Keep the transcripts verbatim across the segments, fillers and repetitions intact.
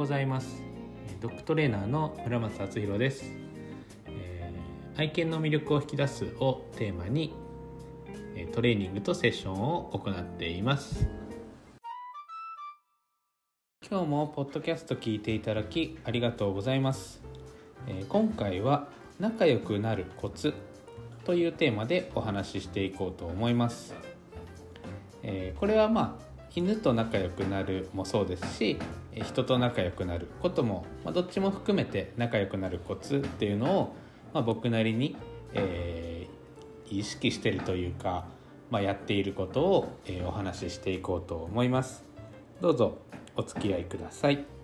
ございます。ドッグトレーナーの村松敦弘です。えー、愛犬の魅力を引き出すをテーマにトレーニングとセッションを行っています。今日もポッドキャスト聞いていただきありがとうございます。えー、今回は仲良くなるコツというテーマでお話ししていこうと思います。えー、これはまあ犬と仲良くなるもそうですし、人と仲良くなることも、まあ、どっちも含めて仲良くなるコツっていうのを、まあ、僕なりに、えー、意識しているというか、まあ、やっていることを、えー、お話ししていこうと思います。どうぞお付き合いください。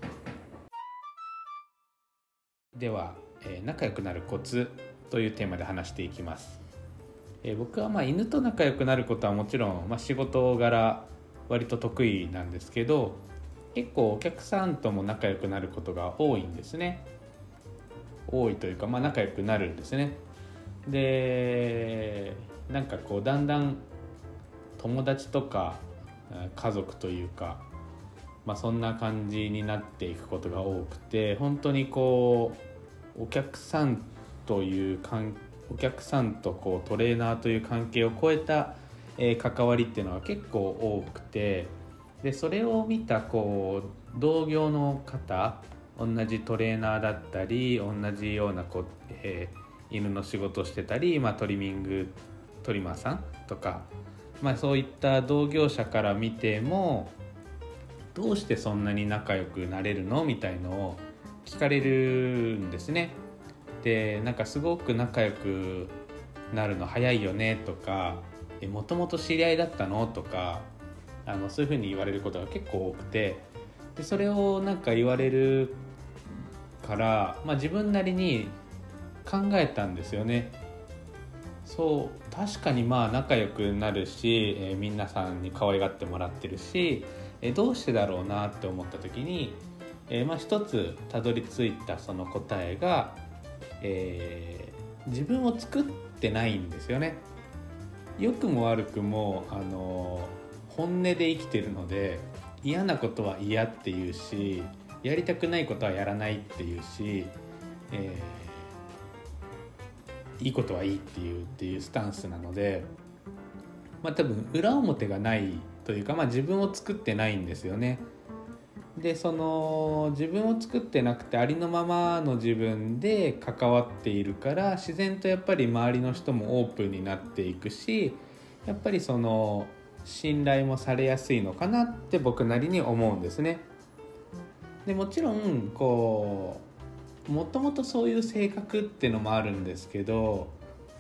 では、えー、仲良くなるコツというテーマで話していきます。えー、僕はまあ犬と仲良くなることはもちろん、まあ、仕事柄割と得意なんですけど、結構お客さんとも仲良くなることが多いんですね。多いというか、まあ、仲良くなるんですね。で、なんかこうだんだん友達とか家族というか、まあ、そんな感じになっていくことが多くて、本当にこうお客さんという関お客さんとこうトレーナーという関係を超えたえー、関わりっていうのは結構多くて、でそれを見たこう同業の方、同じトレーナーだったり同じようなこう、えー、犬の仕事をしてたり、まあ、トリミングトリマーさんとか、まあ、そういった同業者から見てもどうしてそんなに仲良くなれるのみたいのを聞かれるんですね。でなんかすごく仲良くなるの早いよねとか、もともと知り合いだったのとか、あのそういうふうに言われることが結構多くて、でそれをなんか言われるから、まあ、自分なりに考えたんですよね。そう確かにまあ仲良くなるし、えー、皆さんに可愛がってもらってるし、えー、どうしてだろうなって思った時に、えー、まあ一つたどり着いたその答えが、えー、自分を作ってないんですよね。良くも悪くもあの本音で生きてるので、嫌なことは嫌っていうし、やりたくないことはやらないっていうし、えー、いいことはいいっていうっていうスタンスなので、まあ多分裏表がないというか、まあ自分を作ってないんですよね。でその自分を作ってなくてありのままの自分で関わっているから、自然とやっぱり周りの人もオープンになっていくし、やっぱりその信頼もされやすいのかなって僕なりに思うんですね。でもちろんこうもともとそういう性格っていうのもあるんですけど、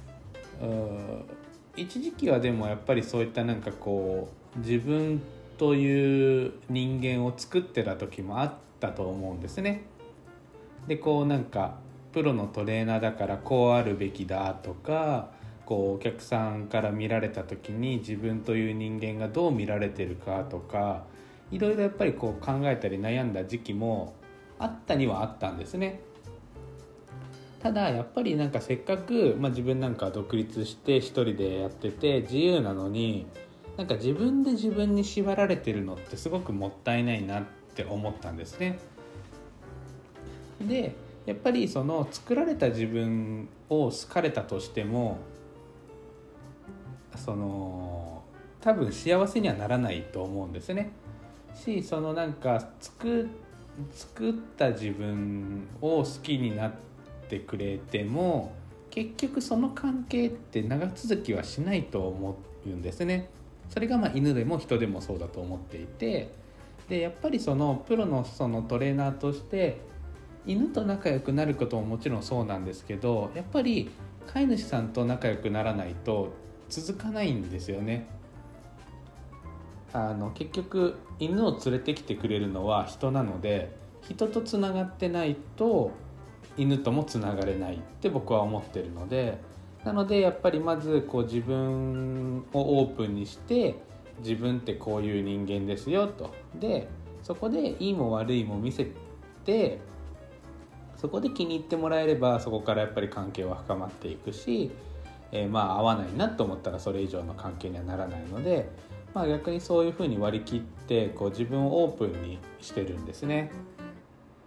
一時期はでもやっぱりそういったなんかこう自分という人間を作ってた時もあったと思うんですね。でこうなんかプロのトレーナーだからこうあるべきだとか、こうお客さんから見られた時に自分という人間がどう見られてるかとか、いろいろやっぱりこう考えたり悩んだ時期もあったにはあったんですね。ただやっぱりなんかせっかく、まあ、自分なんか独立して一人でやってて自由なのに、なんか自分で自分に縛られてるのってすごくもったいないなって思ったんですね。でやっぱりその作られた自分を好かれたとしても、その多分幸せにはならないと思うんですね。しそのなんか作作った自分を好きになってくれても結局その関係って長続きはしないと思うんですね。それがまあ犬でも人でもそうだと思っていて、でやっぱりそのプロのそのトレーナーとして犬と仲良くなることももちろんそうなんですけど、やっぱり飼い主さんと仲良くならないと続かないんですよね。あの結局犬を連れてきてくれるのは人なので、人とつながってないと犬ともつながれないって僕は思ってるので、なのでやっぱりまずこう自分をオープンにして、自分ってこういう人間ですよと、でそこでいいも悪いも見せて、そこで気に入ってもらえればそこからやっぱり関係は深まっていくし、えー、まあ合わないなと思ったらそれ以上の関係にはならないので、まあ、逆にそういうふうに割り切ってこう自分をオープンにしてるんですね。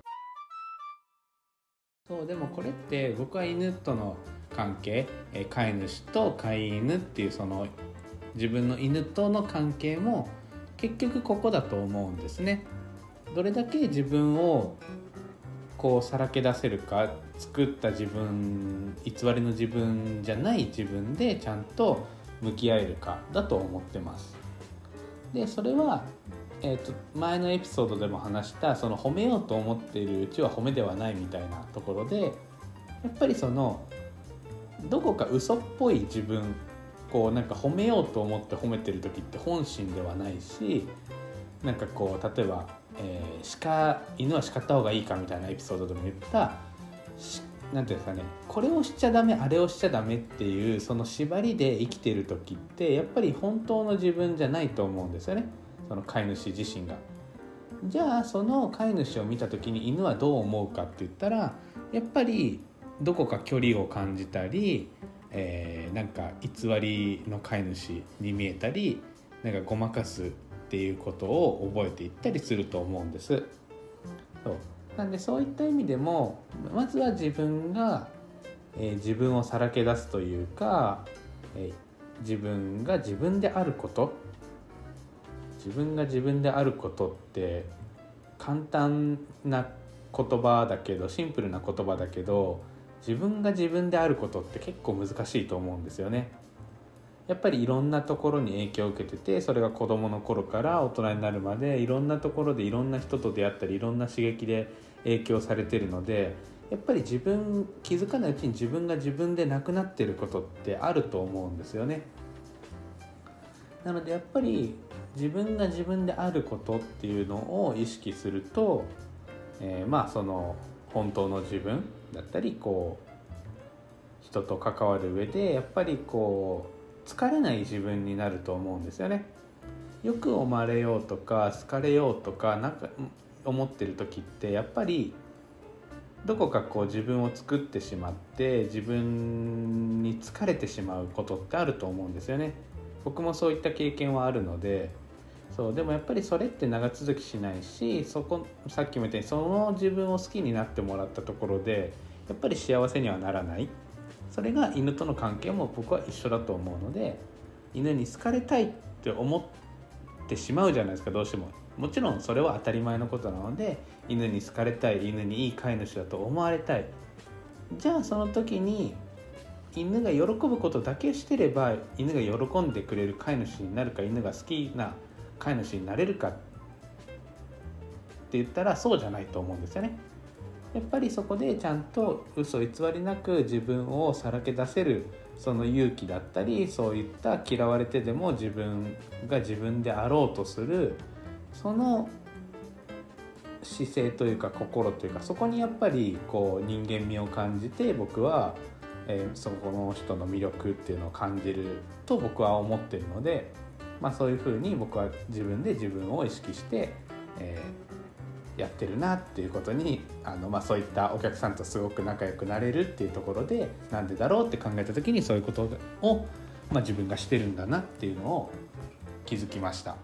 そうでもこれって僕は犬との関係、え飼い主と飼い犬っていうその自分の犬との関係も結局ここだと思うんですね。どれだけ自分をこうさらけ出せるか、作った自分、偽りの自分じゃない自分でちゃんと向き合えるかだと思ってます。でそれは、えーと、前のエピソードでも話したその褒めようと思っているうちは褒めではないみたいなところで、やっぱりそのどこか嘘っぽい自分、こうなんか褒めようと思って褒めてる時って本心ではないし、なんかこう例えば、えー、鹿犬は叱った方がいいかみたいなエピソードでも言ったなんていうんですかね、これをしちゃダメあれをしちゃダメっていうその縛りで生きてる時ってやっぱり本当の自分じゃないと思うんですよね、その飼い主自身が。じゃあその飼い主を見た時に犬はどう思うかって言ったら、やっぱりどこか距離を感じたり、えー、なんか偽りの飼い主に見えたり、なんかごまかすっていうことを覚えていったりすると思うんです。そうなんでそういった意味でもまずは自分が、えー、自分をさらけ出すというか、えー、自分が自分であること自分が自分であることって簡単な言葉だけど、シンプルな言葉だけど、自分が自分であることって結構難しいと思うんですよね。やっぱりいろんなところに影響を受けてて、それが子どもの頃から大人になるまでいろんなところでいろんな人と出会ったりいろんな刺激で影響されてるので、やっぱり自分気づかないうちに自分が自分でなくなってることってあると思うんですよね。なのでやっぱり自分が自分であることっていうのを意識すると、えー、まあその本当の自分だったり、こう人と関わる上でやっぱりこう疲れない自分になると思うんですよね。よく思われようとか好かれようとかなんか思ってる時ってやっぱりどこかこう自分を作ってしまって自分に疲れてしまうことってあると思うんですよね。僕もそういった経験はあるので、そうでもやっぱりそれって長続きしないし、そこさっきも言ったようにその自分を好きになってもらったところでやっぱり幸せにはならない。それが犬との関係も僕は一緒だと思うので、犬に好かれたいって思ってしまうじゃないですか、どうしても。もちろんそれは当たり前のことなので、犬に好かれたい、犬にいい飼い主だと思われたい。じゃあその時に犬が喜ぶことだけしてれば犬が喜んでくれる飼い主になるか、犬が好きな飼い主になれるかって言ったらそうじゃないと思うんですよね。やっぱりそこでちゃんと嘘偽りなく自分をさらけ出せるその勇気だったり、そういった嫌われてでも自分が自分であろうとするその姿勢というか心というか、そこにやっぱりこう人間味を感じて、僕は、えー、そこの人の魅力っていうのを感じると僕は思っているので、まあ、そういうふうに僕は自分で自分を意識して、えー、やってるなっていうことにあの、まあ、そういったお客さんとすごく仲良くなれるっていうところで、なんでだろうって考えた時にそういうことを、まあ、自分がしてるんだなっていうのを気づきました。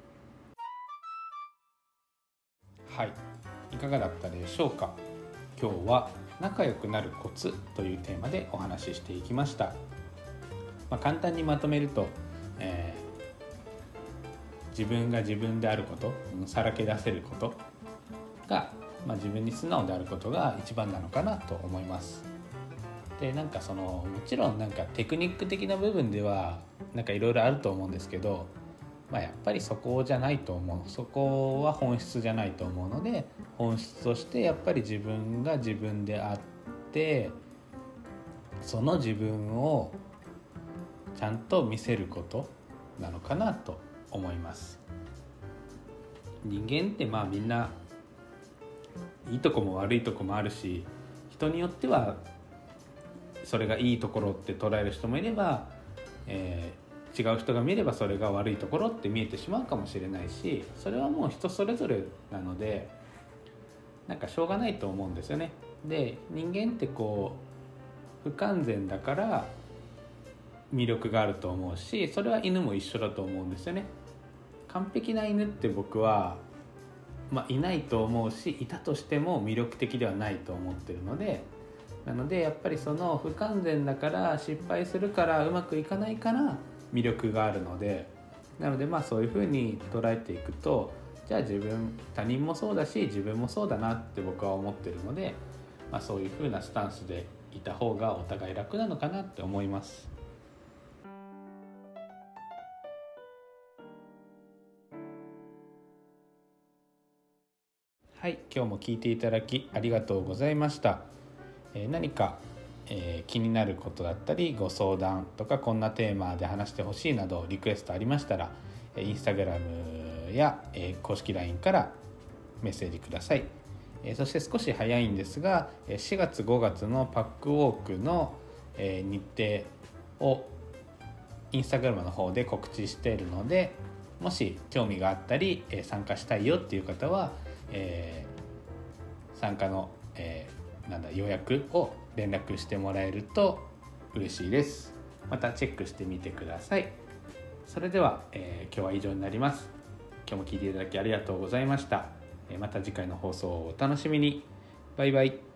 はい、いかがだったでしょうか。今日は仲良くなるコツというテーマでお話ししていきました。まあ、簡単にまとめると、えー、自分が自分であること、さらけ出せることが、まあ、自分に素直であることが一番なのかなと思います。でなんかそのもちろんなんかテクニック的な部分ではなんかいろいろあると思うんですけど、まあ、やっぱりそこじゃないと思う。そこは本質じゃないと思うので、本質としてやっぱり自分が自分であって、その自分をちゃんと見せることなのかなと思います。人間ってまあみんないいとこも悪いとこもあるし、人によってはそれがいいところって捉える人もいれば、えー違う人が見ればそれが悪いところって見えてしまうかもしれないし、それはもう人それぞれなのでなんかしょうがないと思うんですよね。で人間ってこう不完全だから魅力があると思うし、それは犬も一緒だと思うんですよね。完璧な犬って僕は、まあ、いないと思うし、いたとしても魅力的ではないと思ってるので、 なのでやっぱりその不完全だから失敗するからうまくいかないから魅力があるので、なのでまあそういうふうに捉えていくと、じゃあ自分他人もそうだし自分もそうだなって僕は思ってるので、まあ、そういうふうなスタンスでいた方がお互い楽なのかなって思います。はい、今日も聞いていただきありがとうございました。えー、何か、えー、気になることだったりご相談とか、こんなテーマで話してほしいなどリクエストありましたら、インスタグラムや、えー、公式 ライン からメッセージください。えー、そして少し早いんですが、しがつごがつのパックウォークの、えー、日程をインスタグラムの方で告知しているので、もし興味があったり、えー、参加したいよっていう方は、えー、参加の、えー、なんだ予約を連絡してもらえると嬉しいです。またチェックしてみてください。それでは、えー、今日は以上になります。今日も聞いていただきありがとうございました。また次回の放送をお楽しみに。バイバイ。